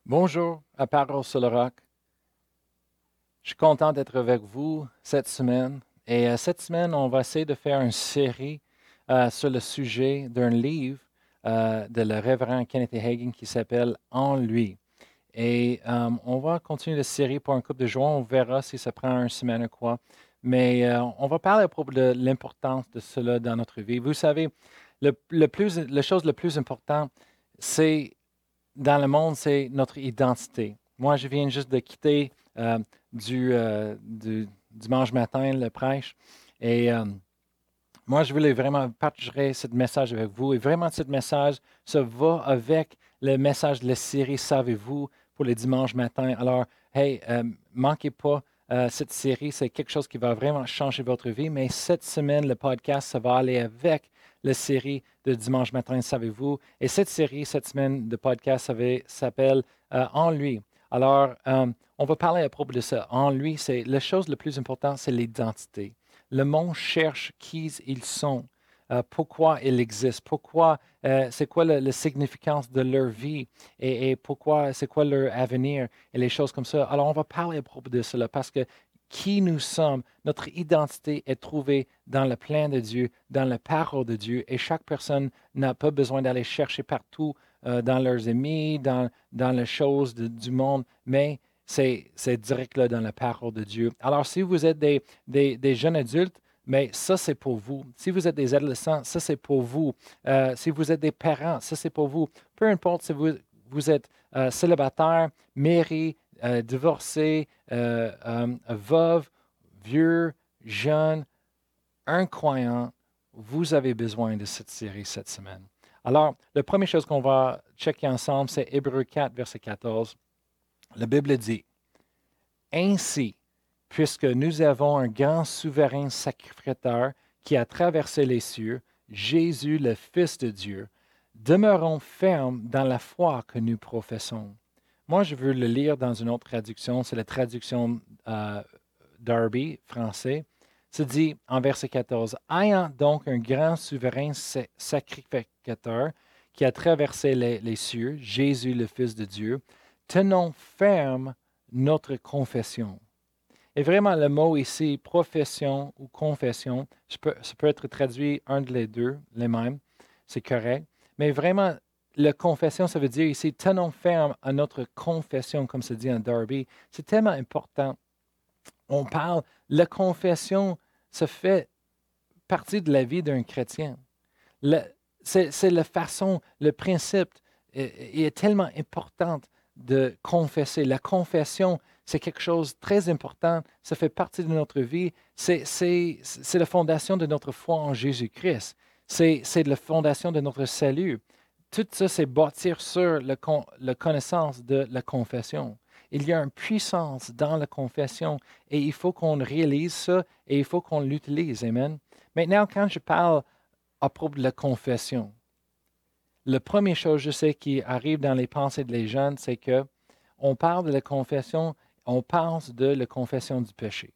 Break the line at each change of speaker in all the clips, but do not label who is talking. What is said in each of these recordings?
Bonjour, à Parole sur le Roc. Je suis content d'être avec vous cette semaine. Et cette semaine, on va essayer de faire une série sur le sujet d'un livre de le révérend Kenneth Hagin qui s'appelle En lui. Et on va continuer la série pour un couple de jours. On verra si ça prend une semaine ou quoi. Mais on va parler à propos de l'importance de cela dans notre vie. Vous savez, la chose la plus importante, c'est dans le monde, c'est notre identité. Moi, je viens juste de quitter du dimanche matin le prêche et moi, je voulais vraiment partager ce message avec vous et vraiment, ce message, ça va avec le message de la série Savez-vous pour les dimanches matins. Alors, hey, manquez pas cette série, c'est quelque chose qui va vraiment changer votre vie, mais cette semaine, le podcast, ça va aller avec la série de dimanche matin, savez-vous. Et cette série, cette semaine de podcast, s'appelle En lui. Alors, on va parler à propos de ça. En lui, c'est la chose la plus importante, c'est l'identité. Le monde cherche qui ils sont, pourquoi ils existent, pourquoi, c'est quoi la significance de leur vie et pourquoi, c'est quoi leur avenir et les choses comme ça. Alors, on va parler à propos de cela parce que qui nous sommes, notre identité est trouvée dans le plan de Dieu, dans la parole de Dieu, et chaque personne n'a pas besoin d'aller chercher partout dans leurs amis, dans les choses du monde, mais c'est direct là dans la parole de Dieu. Alors, si vous êtes des jeunes adultes, mais ça, c'est pour vous. Si vous êtes des adolescents, ça, c'est pour vous. Si vous êtes des parents, ça, c'est pour vous. Peu importe si vous êtes célibataire, marié, divorcé, veuve, vieux, jeune, incroyant, vous avez besoin de cette série cette semaine. Alors, la première chose qu'on va checker ensemble, c'est Hébreux 4, verset 14. La Bible dit, ainsi, puisque nous avons un grand souverain sacrificateur qui a traversé les cieux, Jésus, le Fils de Dieu, demeurons fermes dans la foi que nous professons. Moi, je veux le lire dans une autre traduction, c'est la traduction Darby, français. Se dit en verset 14, ayant donc un grand souverain sacrificateur qui a traversé les cieux, Jésus, le Fils de Dieu, tenons ferme notre confession. Et vraiment, le mot ici, profession ou confession, ça peut être traduit un de les deux, les mêmes, c'est correct. Mais vraiment, la confession, ça veut dire ici, tenons ferme à notre confession, comme se dit en Darby. C'est tellement important. On parle, la confession, ça fait partie de la vie d'un chrétien. Le- c'est la façon, le principe est tellement important de confesser. La confession, c'est quelque chose de très important. Ça fait partie de notre vie. C'est la fondation de notre foi en Jésus-Christ. C'est la fondation de notre salut. Tout ça, c'est bâtir sur la connaissance de la confession. Il y a une puissance dans la confession et il faut qu'on réalise ça et il faut qu'on l'utilise. Amen. Maintenant, quand je parle à propos de la confession. La première chose, je sais, qui arrive dans les pensées des jeunes, c'est que on parle de la confession, on pense de la confession du péché.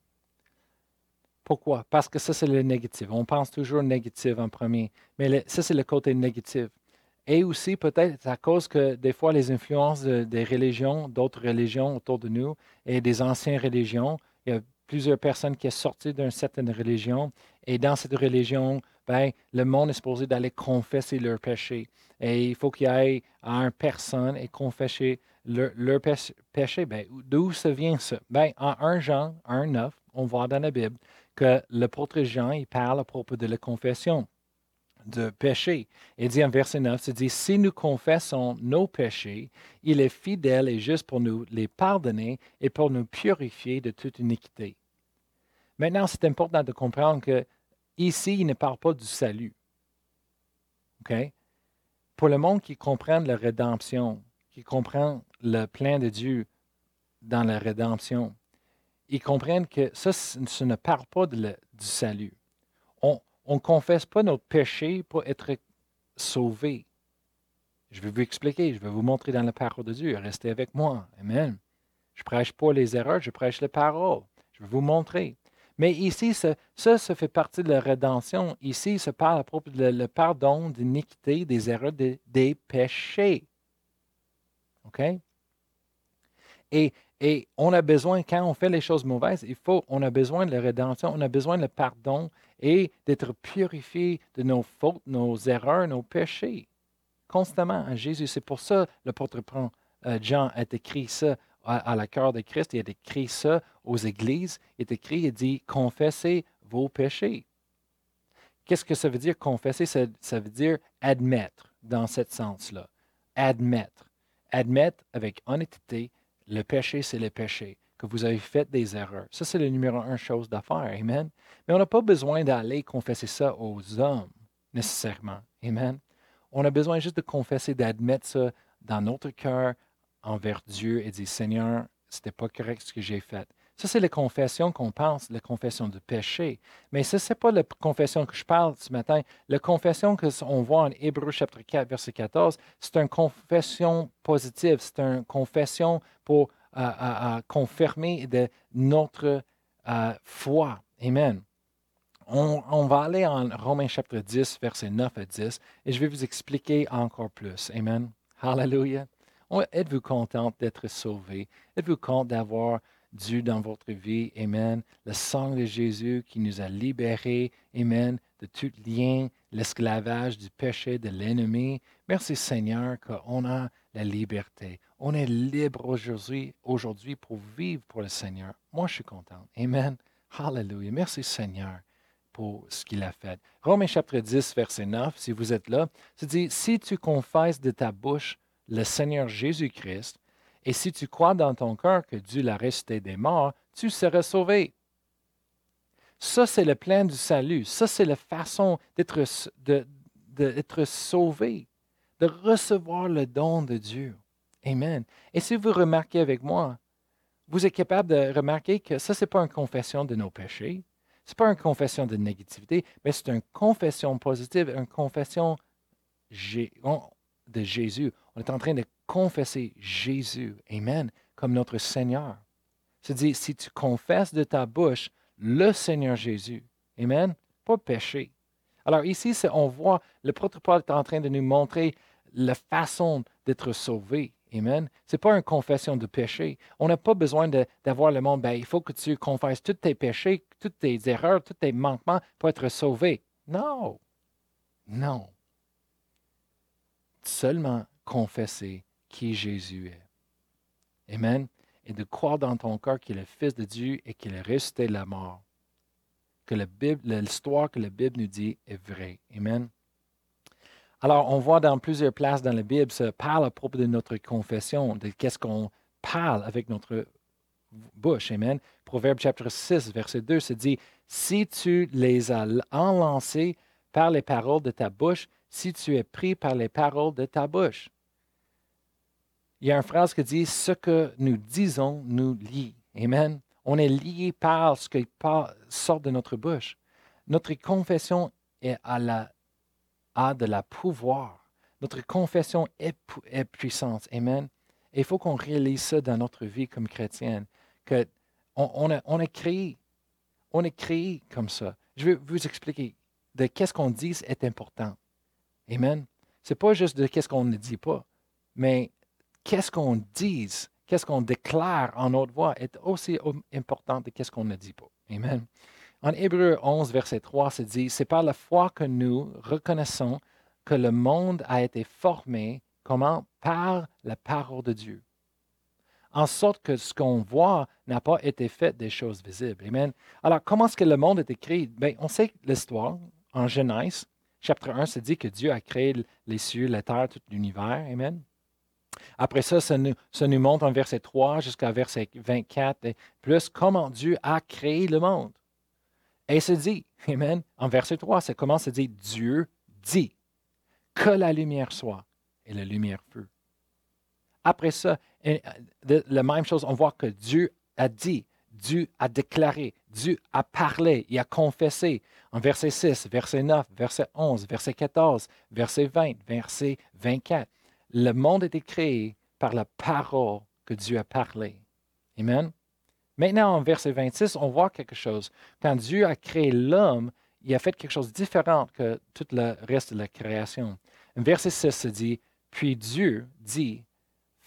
Pourquoi? Parce que ça, c'est le négatif. On pense toujours négatif en premier. Mais ça, c'est le côté négatif. Et aussi, peut-être à cause que des fois, les influences des religions, d'autres religions autour de nous et des anciennes religions, il y a plusieurs personnes qui sont sorties d'une certaine religion. Et dans cette religion, ben, le monde est supposé d'aller confesser leurs péchés. Et il faut qu'il aille à une personne et confesser leur péché. Ben, d'où ça vient ça? Ben, en 1 Jean 1,9, on voit dans la Bible que l'apôtre Jean, il parle à propos de la confession de péché. Il dit en verset 9, il dit, si nous confessons nos péchés, il est fidèle et juste pour nous les pardonner et pour nous purifier de toute iniquité. Maintenant, c'est important de comprendre que ici, il ne parle pas du salut. OK? Pour le monde qui comprend la rédemption, qui comprend le plan de Dieu dans la rédemption, ils comprennent que ça ne parle pas du salut. On ne confesse pas notre péché pour être sauvé. Je vais vous expliquer, je vais vous montrer dans la parole de Dieu. Restez avec moi. Amen. Je ne prêche pas les erreurs, je prêche la parole. Je vais vous montrer. Mais ici, ça fait partie de la rédemption. Ici, ça parle à propos de le pardon d'iniquité, des erreurs, des péchés. OK? Et on a besoin, quand on fait les choses mauvaises, on a besoin de la rédemption, on a besoin de le pardon et d'être purifié de nos fautes, nos erreurs, nos péchés, constamment à Jésus. C'est pour ça que l'apôtre Jean a écrit ça à la cœur de Christ, il a écrit ça aux églises, il dit, confessez vos péchés. Qu'est-ce que ça veut dire confesser? Ça veut dire admettre dans ce sens-là. Admettre. Admettre avec honnêteté, le péché, c'est le péché, que vous avez fait des erreurs. Ça, c'est le numéro un chose d'affaire. Amen. Mais on n'a pas besoin d'aller confesser ça aux hommes, nécessairement. Amen. On a besoin juste de confesser, d'admettre ça dans notre cœur envers Dieu et dire, Seigneur, ce n'était pas correct ce que j'ai fait. Ça, c'est la confession qu'on pense, la confession de péché. Mais ce n'est pas la confession que je parle ce matin. La confession qu'on voit en Hébreux chapitre 4, verset 14, c'est une confession positive. C'est une confession pour confirmer de notre foi. Amen. On va aller en Romains chapitre 10, verset 9 à 10, et je vais vous expliquer encore plus. Amen. Hallelujah. Êtes-vous content d'être sauvé? Êtes-vous content d'avoir Dieu dans votre vie? Amen. Le sang de Jésus qui nous a libérés. Amen. De tout lien, l'esclavage, du péché, de l'ennemi. Merci Seigneur qu'on a la liberté. On est libre aujourd'hui pour vivre pour le Seigneur. Moi, je suis content. Amen. Hallelujah. Merci Seigneur pour ce qu'il a fait. Romains chapitre 10, verset 9, si vous êtes là, ça dit, si tu confesses de ta bouche le Seigneur Jésus-Christ, et si tu crois dans ton cœur que Dieu l'a ressuscité des morts, tu seras sauvé. Ça, c'est le plan du salut. Ça, c'est la façon d'être sauvé, de recevoir le don de Dieu. Amen. Et si vous remarquez avec moi, vous êtes capable de remarquer que ça, ce n'est pas une confession de nos péchés. Ce n'est pas une confession de négativité, mais c'est une confession positive, une confession de Jésus. On est en train de confesser Jésus, Amen, comme notre Seigneur. C'est-à-dire, si tu confesses de ta bouche le Seigneur Jésus, Amen, pas péché. Alors ici, on voit, le Paul est en train de nous montrer la façon d'être sauvé. Amen. Ce n'est pas une confession de péché. On n'a pas besoin d'avoir le monde, il faut que tu confesses tous tes péchés, toutes tes erreurs, tous tes manquements pour être sauvé. Non. Non. Seulement confesser qui Jésus est. Amen. Et de croire dans ton cœur qu'il est le Fils de Dieu et qu'il est ressuscité de la mort. Que l'histoire que la Bible nous dit est vraie. Amen. Alors, on voit dans plusieurs places dans la Bible, ça parle à propos de notre confession, de qu'est-ce qu'on parle avec notre bouche. Amen. Proverbe chapitre 6, verset 2, se dit, si tu les as enlancés par les paroles de ta bouche, si tu es pris par les paroles de ta bouche. Il y a une phrase qui dit, ce que nous disons nous lie. Amen. On est lié par ce qui sort de notre bouche. Notre confession a de la pouvoir. Notre confession est puissante. Amen. Et il faut qu'on réalise ça dans notre vie comme chrétienne, que on est créé comme ça. Je vais vous expliquer. De qu'est-ce qu'on dit est important. Amen. Ce n'est pas juste de qu'est-ce qu'on ne dit pas, mais qu'est-ce qu'on dit, qu'est-ce qu'on déclare en notre voix est aussi important de qu'est-ce qu'on ne dit pas. Amen. En Hébreux 11, verset 3, c'est dit, c'est par la foi que nous reconnaissons que le monde a été formé, comment? Par la parole de Dieu. En sorte que ce qu'on voit n'a pas été fait des choses visibles. Amen. Alors, comment est-ce que le monde a été créé? Bien, on sait l'histoire. En Genèse, chapitre 1, c'est dit que Dieu a créé les cieux, la terre, tout l'univers. Amen. Après ça, ça nous montre en verset 3 jusqu'à verset 24 et plus comment Dieu a créé le monde. Et se dit, Amen, en verset 3, ça commence à dire Dieu dit que la lumière soit et la lumière fut. Après ça, la même chose, on voit que Dieu a dit, Dieu a déclaré, Dieu a parlé, il a confessé. En verset 6, verset 9, verset 11, verset 14, verset 20, verset 24. Le monde a été créé par la parole que Dieu a parlé. Amen. Maintenant, en verset 26, on voit quelque chose. Quand Dieu a créé l'homme, il a fait quelque chose de différent que tout le reste de la création. Verset 6 se dit, puis Dieu dit,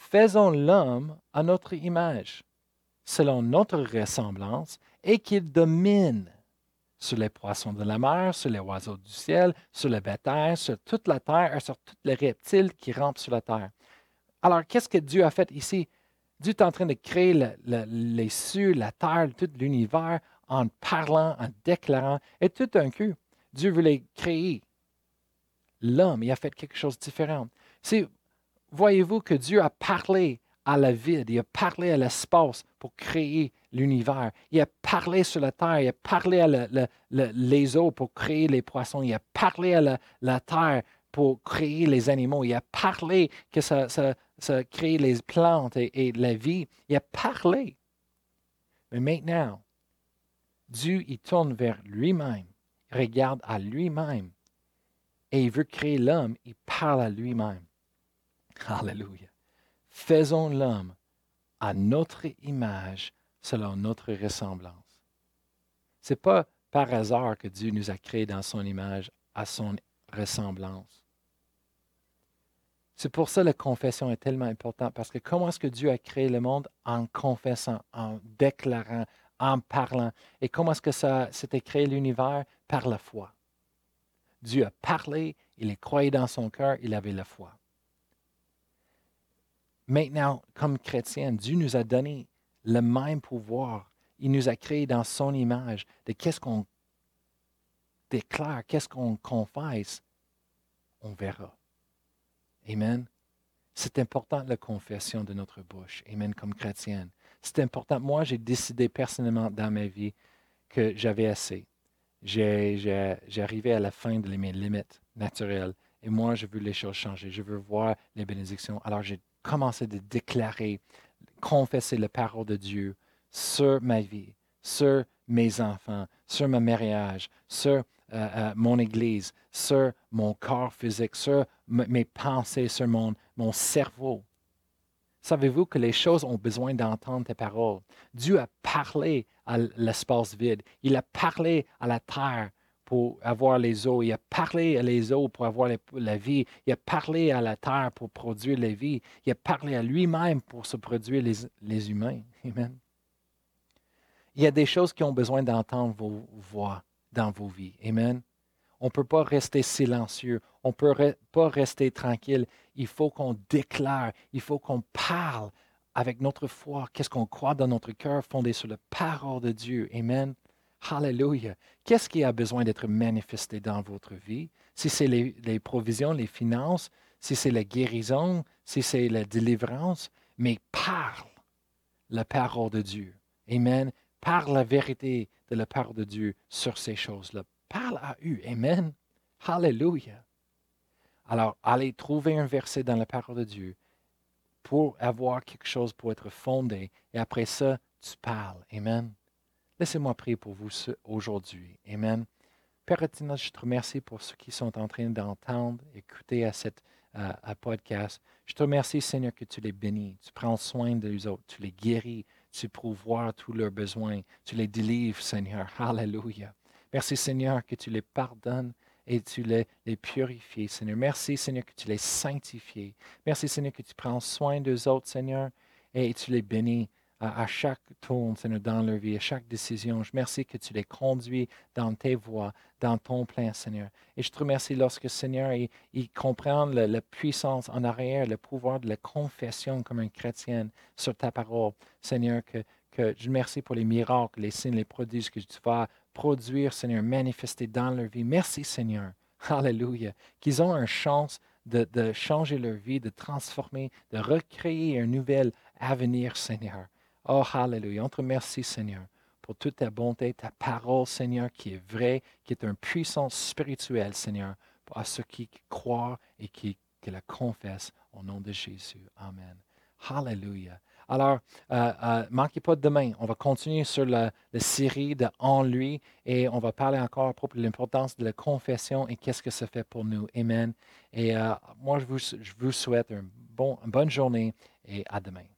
faisons l'homme à notre image, selon notre ressemblance, et qu'il domine sur les poissons de la mer, sur les oiseaux du ciel, sur le bétail, sur toute la terre et sur tous les reptiles qui rampent sur la terre. Alors, qu'est-ce que Dieu a fait ici? Dieu est en train de créer les cieux, la terre, tout l'univers en parlant, en déclarant. Et tout d'un coup, Dieu voulait créer l'homme. Il a fait quelque chose de différent. Voyez-vous que Dieu a parlé à la vide, il a parlé à l'espace pour créer l'univers. Il a parlé sur la terre, il a parlé à les eaux pour créer les poissons, il a parlé à la terre pour créer les animaux, il a parlé que ça crée les plantes et la vie. Il a parlé. Mais maintenant, Dieu, il tourne vers lui-même, il regarde à lui-même et il veut créer l'homme, il parle à lui-même. Alléluia. Faisons l'homme à notre image, selon notre ressemblance. Ce n'est pas par hasard que Dieu nous a créés dans son image, à son ressemblance. C'est pour ça que la confession est tellement importante, parce que comment est-ce que Dieu a créé le monde? En confessant, en déclarant, en parlant. Et comment est-ce que ça s'était créé l'univers? Par la foi. Dieu a parlé, il est croyé dans son cœur, il avait la foi. Maintenant, comme chrétiens, Dieu nous a donné le même pouvoir. Il nous a créés dans son image. De qu'est-ce qu'on déclare, qu'est-ce qu'on confesse, on verra. Amen. C'est important la confession de notre bouche. Amen, comme chrétienne. C'est important. Moi, j'ai décidé personnellement dans ma vie que j'avais assez. J'arrivais à la fin de mes limites naturelles. Et moi, je veux les choses changer. Je veux voir les bénédictions. Alors, j'ai commencé à déclarer, confesser la parole de Dieu sur ma vie, sur mes enfants, sur mon mariage, sur mon Église, sur mon corps physique, sur mes pensées, sur mon cerveau. Savez-vous que les choses ont besoin d'entendre tes paroles? Dieu a parlé à l'espace vide. Il a parlé à la terre pour avoir les eaux. Il a parlé à les eaux pour avoir la vie. Il a parlé à la terre pour produire la vie. Il a parlé à lui-même pour se produire les humains. Amen. Il y a des choses qui ont besoin d'entendre vos voix dans vos vies. Amen. On ne peut pas rester silencieux. On ne peut pas rester tranquille. Il faut qu'on déclare. Il faut qu'on parle avec notre foi. Qu'est-ce qu'on croit dans notre cœur fondé sur la parole de Dieu. Amen. Hallelujah. Qu'est-ce qui a besoin d'être manifesté dans votre vie? Si c'est les provisions, les finances, si c'est la guérison, si c'est la délivrance, mais parle la parole de Dieu. Amen. Parle la vérité de la parole de Dieu sur ces choses-là. Parle à eux. Amen. Hallelujah. Alors, allez trouver un verset dans la parole de Dieu pour avoir quelque chose pour être fondé. Et après ça, tu parles. Amen. Laissez-moi prier pour vous aujourd'hui. Amen. Père éternel, je te remercie pour ceux qui sont en train d'entendre, écouter à cette podcast. Je te remercie, Seigneur, que tu les bénis. Tu prends soin d'eux autres. Tu les guéris. Tu pourvois tous leurs besoins. Tu les délivres, Seigneur. Alléluia. Merci, Seigneur, que tu les pardonnes et tu les purifies, Seigneur. Merci, Seigneur, que tu les sanctifies. Merci, Seigneur, que tu prends soin d'eux autres, Seigneur, et tu les bénis à chaque tour, Seigneur, dans leur vie, à chaque décision. Je remercie que tu les conduis dans tes voies, dans ton plein, Seigneur. Et je te remercie lorsque, Seigneur, ils comprennent la puissance en arrière, le pouvoir de la confession comme un chrétien sur ta parole. Seigneur, que je te remercie pour les miracles, les signes, les prodiges que tu vas produire, Seigneur, manifester dans leur vie. Merci, Seigneur. Alléluia. Qu'ils ont une chance de changer leur vie, de transformer, de recréer un nouvel avenir, Seigneur. Oh, Alléluia. On te remercie, Seigneur, pour toute ta bonté, ta parole, Seigneur, qui est vraie, qui est une puissance spirituelle, Seigneur, à ceux qui croient et qui la confessent au nom de Jésus. Amen. Alléluia. Alors, manquez pas de demain. On va continuer sur la série de En lui et on va parler encore à propos de l'importance de la confession et qu'est-ce que ça fait pour nous. Amen. Et moi, je vous souhaite une bonne journée et à demain.